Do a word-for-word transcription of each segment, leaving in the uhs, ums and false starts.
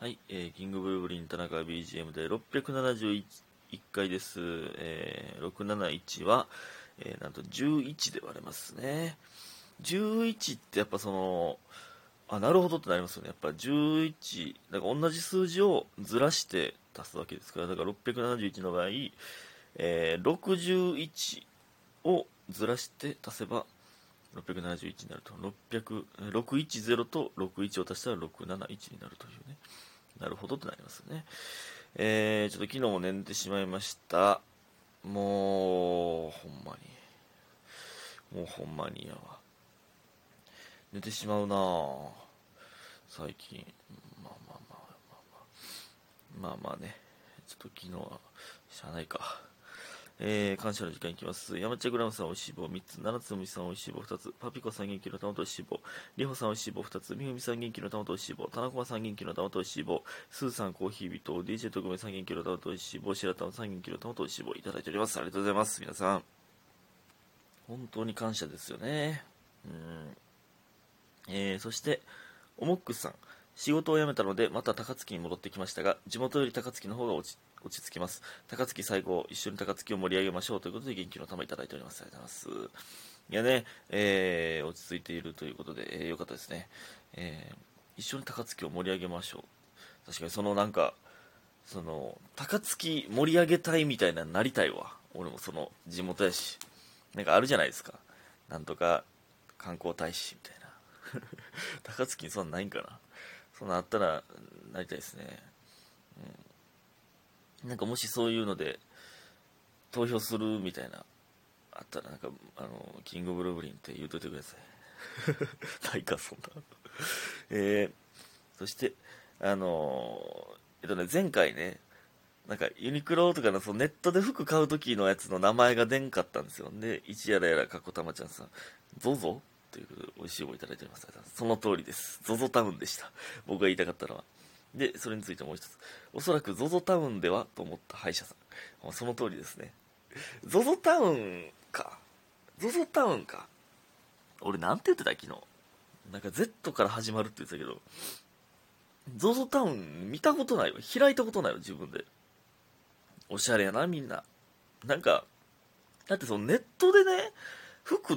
はい、えー、キングブルーブリン田中 ビージーエム でろっぴゃくななじゅういっかいです。えー、ろくひゃくななじゅういちは、えー、なんとじゅういちで割れますね。じゅういちってやっぱその、あ、なるほどってなりますよね。やっぱじゅういち、だから同じ数字をずらして足すわけですから、だからろっぴゃくななじゅういちの場合、えー、ろくじゅういちをずらして足せば、ろっぴゃくななじゅういちになると。ろっぴゃく、ろくひゃくじゅうとろくじゅういちを足したらろくひゃくななじゅういちになるというね。なるほどってなりますね。えー、ちょっと昨日も寝てしまいました。もう、ほんまに。もうほんまにやわ。寝てしまうなぁ。最近。まあまあまあまあまあ。まあまあね。ちょっと昨日は、しゃあないか。えー、感謝の時間いきます。山茶グラムさんおいしい棒みっつ、七つむしさんおいしい棒ふたつ、パピコさん元気の玉とおいしい棒、りほさんおいしい棒ふたつ、みふみさん元気の玉とおいしい棒、たなこまさん元気の玉とおいしい棒、スーさんコーヒービト、ディージェー 特命さん元気の玉とおいしい棒、白玉さん元気の玉とおいしい棒いただいております。ありがとうございます。皆さん。本当に感謝ですよね。うん。えー、そして、おもっくさん。仕事を辞めたので、また高槻に戻ってきましたが、地元より高槻の方が落ち落ち着きます。高槻最後、一緒に高槻を盛り上げましょうということで元気の玉いただいております。ありがとうございます。いやね、えー、落ち着いているということで、えー、よかったですね。えー、一緒に高槻を盛り上げましょう。確かにそのなんか、その、高槻盛り上げたいみたいななりたいわ。俺もその、地元やし。なんかあるじゃないですか。なんとか、観光大使みたいな。高槻にそんなんないんかな。そんなんあったら、なりたいですね。うん、なんかもしそういうので、投票するみたいな、あったらなんか、あの、キングブルーブリンって言うといてください。ないか、そんな。えー、そして、あのー、えっとね、前回ね、なんかユニクロとかのそのネットで服買う時のやつの名前が出んかったんですよ。で、一やらやらかこたまちゃんさん、ゾゾということで美味しい棒いただいております。その通りです。ゾゾタウンでした。僕が言いたかったのは。で、それについてもう一つ。おそらく ゾゾ タウンではと思った歯医者さん。その通りですね。ゾゾ タウンか。ゾゾ タウンか。俺なんて言ってた昨日。なんか Z から始まるって言ってたけど、ゾゾ タウン見たことないわ。開いたことないわ、自分で。おしゃれやな、みんな。なんか、だってそのネットでね、服って、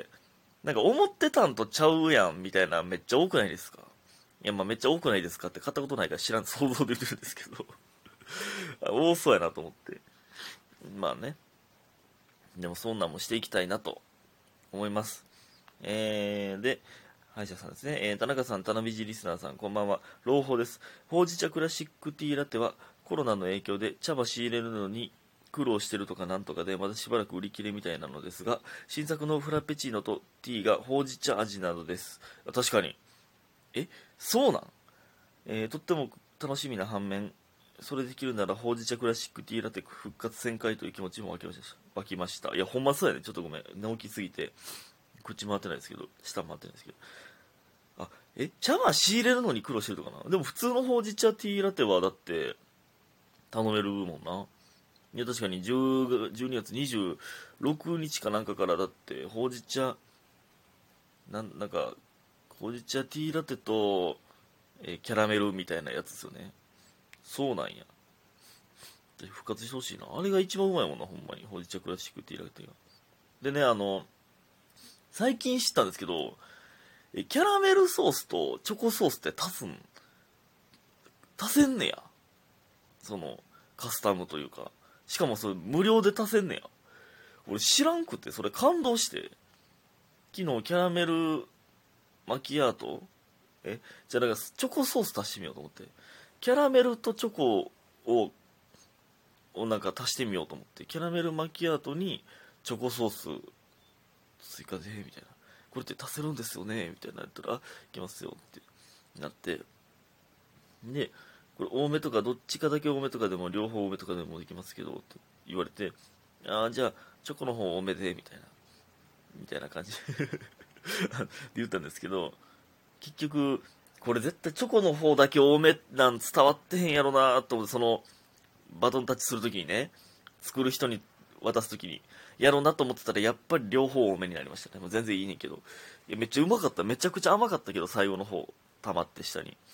なんか思ってたんとちゃうやん、みたいなめっちゃ多くないですか？いや、まあめっちゃ多くないですかって買ったことないから知らん、想像で言ってるんですけど。多そうやなと思って。まあね。でもそんなんもしていきたいなと思います。えー、で、歯医者さんですね。えー、田中さん、田辺ジリスナーさん、こんばんは。朗報です。ほうじ茶クラシックティーラテはコロナの影響で茶葉仕入れるのに苦労してるとかなんとかでまだしばらく売り切れみたいなのですが、新作のフラペチーノとティーがほうじ茶味などです。確かに。え、そうなん？えー、とっても楽しみな反面、それできるならほうじ茶クラシックティーラテ復活せんかいという気持ちも湧きました。湧きました。いや、ほんまそうやね。ちょっとごめん。寝起きすぎて。口回ってないですけど、舌回ってないですけど。あ、え、茶葉仕入れるのに苦労してるとかな。でも普通のほうじ茶ティーラテはだって、頼めるもんな。いや、確かにじゅう、じゅうにがつにじゅうろくにちかなんかからだって、ほうじ茶、なん、なんか、ほうじ茶ティーラテと、えーキャラメルみたいなやつですよね。そうなんや。復活してほしいな。あれが一番うまいもんな、ほんまに。ほうじ茶クラシックティーラテが。でね、あの、最近知ったんですけど、えキャラメルソースとチョコソースって足すん足せんねや。その、カスタムというか。しかもそれ無料で足せんねや。俺知らんくて、それ感動して。昨日キャラメルマキアートえじゃあなんかチョコソース足してみようと思って。キャラメルとチョコを、をなんか足してみようと思って。キャラメルマキアートにチョコソース追加で、みたいな。これって足せるんですよねみたいなやったら、あ、いきますよってなって。で、これ多めとかどっちかだけ多めとかでも両方多めとかでもできますけどって言われて、ああじゃあチョコの方多めでみたいなみたいな感じで言ったんですけど、結局これ絶対チョコの方だけ多めなん伝わってへんやろなと思って、そのバトンタッチするときにね、作る人に渡すときにやろうなと思ってたら、やっぱり両方多めになりましたね。もう全然いいねんけど、いやめっちゃうまかった、めちゃくちゃ甘かったけど、最後の方溜まって下に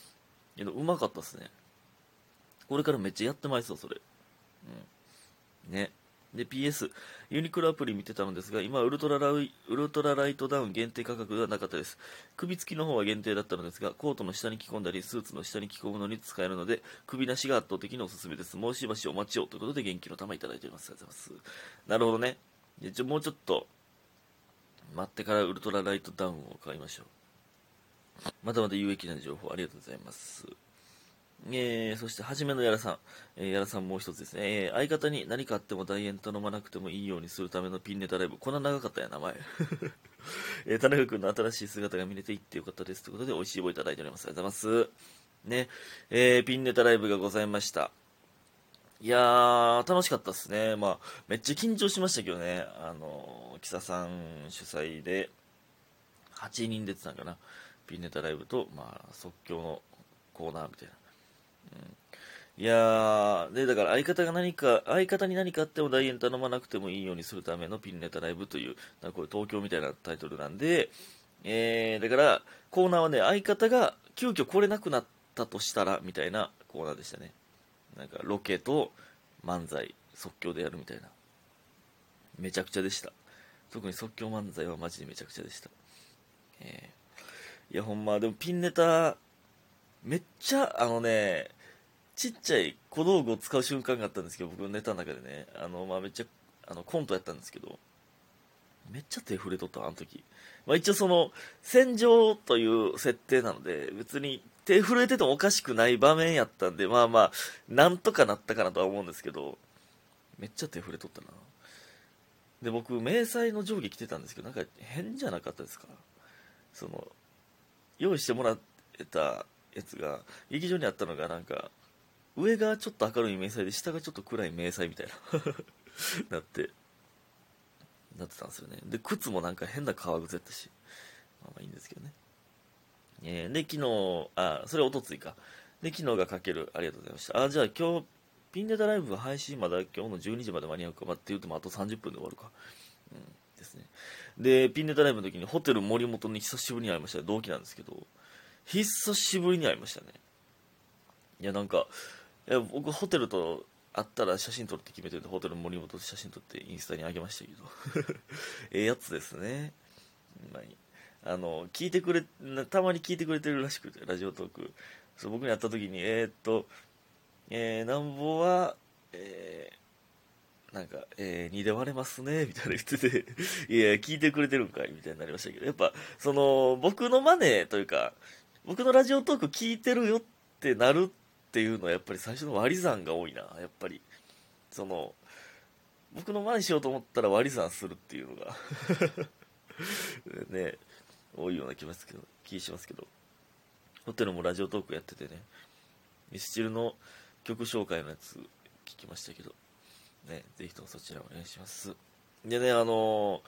けどうまかったっすね。これからめっちゃやってまいそう、それ。うん。ね。で、ピーエス、ユニクロアプリ見てたのですが、今ウルトラライ、ウルトラライトダウン限定価格がなかったです。首付きの方は限定だったのですが、コートの下に着込んだり、スーツの下に着込むのに使えるので、首なしが圧倒的におすすめです。もうしばしお待ちをということで元気の玉いただいております。ありがとうございます。なるほどね。でちょもうちょっと待ってからウルトラライトダウンを買いましょう。まだまだ有益な情報ありがとうございます。えー、そして、はじめのやらさん。えー、やらさんもう一つですね。えー、相方に何かあっても大円頼まなくてもいいようにするためのピンネタライブ。こんな長かったや、名前。えー、田中君の新しい姿が見れていってよかったです。ということで、美味しい棒いただいております。ありがとうございます。ね。えー、ピンネタライブがございました。いやー、楽しかったっすね。まあ、めっちゃ緊張しましたけどね。あのー、キサさん主催で、はちにん出てたんかな。ピンネタライブと、まあ、即興のコーナーみたいな。いやー、で、だから相方が何か、相方に何かあっても大円頼まなくてもいいようにするためのピンネタライブという、なんかこれ東京みたいなタイトルなんで、えー、だから、コーナーはね、相方が急遽来れなくなったとしたら、みたいなコーナーでしたね。なんかロケと漫才、即興でやるみたいな。めちゃくちゃでした。特に即興漫才はマジでめちゃくちゃでした。えー、いや、ほんま、でもピンネタ、めっちゃ、あのね、ちっちゃい小道具を使う瞬間があったんですけど、僕のネタの中でね、あの、まあ、めっちゃ、あの、コントやったんですけど、めっちゃ手触れとった、あの時。まあ、一応その、戦場という設定なので、別に手震えててもおかしくない場面やったんで、まあまあ、なんとかなったかなとは思うんですけど、めっちゃ手触れとったな。で、僕、迷彩の上下着てたんですけど、なんか変じゃなかったですか？その、用意してもらってたやつが、劇場にあったのがなんか、上がちょっと明るい迷彩で下がちょっと暗い迷彩みたいななってなってたんですよね。で靴もなんか変な革靴やったし、まあまあいいんですけどね。えー、で昨日あそれおとついか。で昨日がかけるありがとうございました。あじゃあ今日ピンネタライブ配信まだ今日のじゅうにじまで間に合うか、まあ、って言うともあとさんじゅっぷんで終わるか。うんですね。でピンネタライブの時にホテル森本に久しぶりに会いました。同期なんですけど久しぶりに会いましたね。いやなんかいや僕ホテルと会ったら写真撮るって決めてるんで、ホテル森本で写真撮ってインスタに上げましたけどええやつですね。まあ、あの聞いてくれたまに聞いてくれてるらしくて、ラジオトークそう僕に会った時にえー、っと、えー、なんぼは、えー、なんか、えー、にで割れますねみたいな言ってていや聞いてくれてるんかいみたいになりましたけど、やっぱその僕のマネというか僕のラジオトーク聞いてるよってなるっていうのはやっぱり最初の割り算が多いな。やっぱりその僕の真似しようと思ったら割り算するっていうのがね多いような気ますけど気しますけど、ホテルもラジオトークやっててね、ミスチルの曲紹介のやつ聞きましたけどね、ぜひともそちらお願いします。でね、あの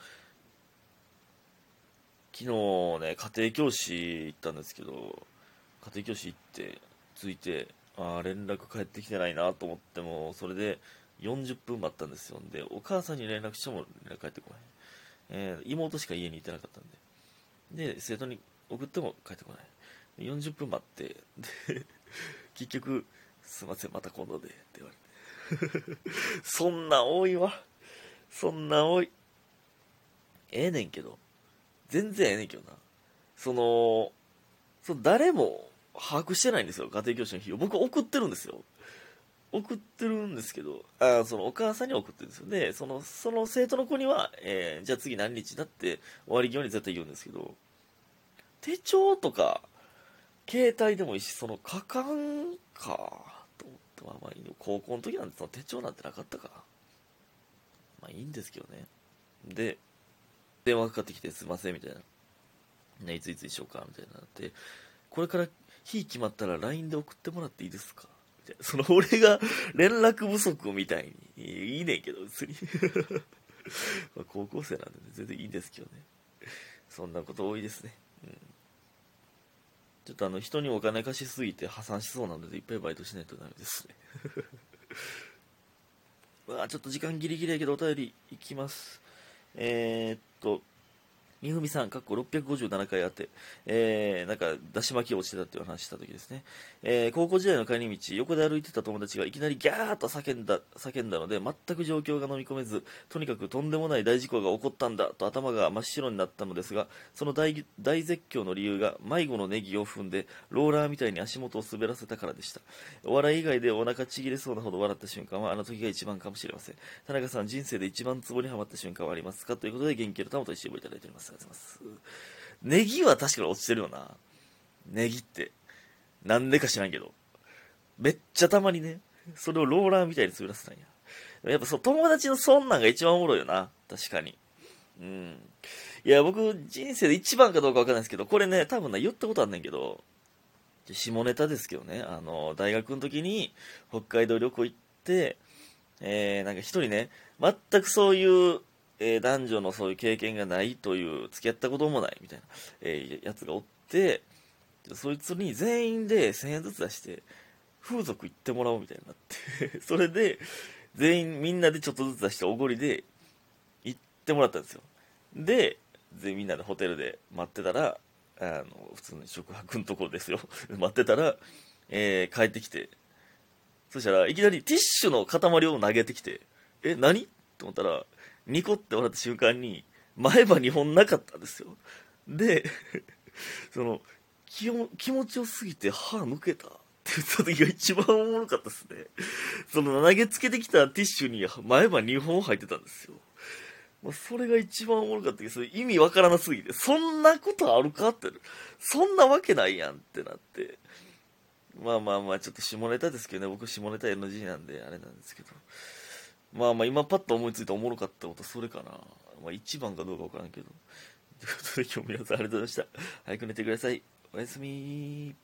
ー、昨日ね家庭教師行ったんですけど、家庭教師行って着いて、ああ連絡返ってきてないなと思っても、それでよんじゅっぷん待ったんですよ。でお母さんに連絡しても連絡返ってこない、えー、妹しか家にいてなかったんで、で生徒に送っても返ってこない。よんじゅっぷん待ってで結局すいませんまた今度でって言われてそんな多いわ、そんな多い。ええねんけど、全然ええねんけどな。そのその誰も把握してないんですよ、家庭教師の費用。僕送ってるんですよ。送ってるんですけど、あそのお母さんには送ってるんですよ。で、その、その生徒の子には、えー、じゃあ次何日だって終わり際に絶対言うんですけど、手帳とか、携帯でもいいし、その、書かんか、と思って、まあまあいいの。高校の時なんてその手帳なんてなかったから。まあいいんですけどね。で、電話かかってきてすいません、みたいな。ね、いついつにしようか、みたいになって、これから日決まったら ライン で送ってもらっていいですかみたいな。その俺が連絡不足みたいにいいねんけど別にまあ高校生なんで、ね、全然いいんですけどね。そんなこと多いですね、うん、ちょっとあの人にお金貸しすぎて破産しそうなのでいっぱいバイトしないとダメですねまあちょっと時間ギリギリやけどお便りいきます。えー、っとみふみさん、かっころっぴゃくごじゅうななかいあって、えー、なんか、だし巻き落ちてたっていう話した時ですね。えー、高校時代の帰り道、横で歩いてた友達がいきなりギャーッと叫んだ、叫んだので、全く状況が飲み込めず、とにかくとんでもない大事故が起こったんだと頭が真っ白になったのですが、その大、大絶叫の理由が、迷子のネギを踏んで、ローラーみたいに足元を滑らせたからでした。お笑い以外でお腹ちぎれそうなほど笑った瞬間は、あの時が一番かもしれません。田中さん、人生で一番ツボにはまった瞬間はありますかということで、元気の玉と一緒にいただいております。ありがとうございます。ネギは確かに落ちてるよな。ネギって。なんでか知らんけど。めっちゃたまにね、それをローラーみたいに滑らせたんや。やっぱそう、友達のそんなんが一番おもろいよな。確かに。うん。いや、僕、人生で一番かどうかわかんないですけど、これね、多分な、言ったことあんねんけど、下ネタですけどね、あの、大学の時に北海道旅行行って、えー、なんか一人ね、全くそういう、えー、男女のそういう経験がないという、付き合ったこともないみたいな、えー、やつがおって、そいつに全員でせんえんずつ出して、風俗行ってもらおうみたいになって、それで、全員みんなでちょっとずつ出しておごりで行ってもらったんですよ。で、でみんなでホテルで待ってたら、あの、普通の宿泊のところですよ。待ってたら、えー、帰ってきて、そしたらいきなりティッシュの塊を投げてきて、え、何と思ったら、ニコって笑った瞬間に、前歯にほんなかったんですよ。で、その、気も気持ちよすぎて歯抜けたって言った時が一番おもろかったですね。その投げつけてきたティッシュに前歯にほん入ってたんですよ。まあ、それが一番おもろかったけど、意味わからなすぎて、そんなことあるかって、そんなわけないやんってなって。まあまあまあ、ちょっと下ネタですけどね、僕下ネタ エヌジー なんであれなんですけど。まあまあ、今パッと思いついておもろかったことそれかな。まあ一番かどうかわからんけど。ということで今日皆さんありがとうございました。早く寝てください。おやすみ。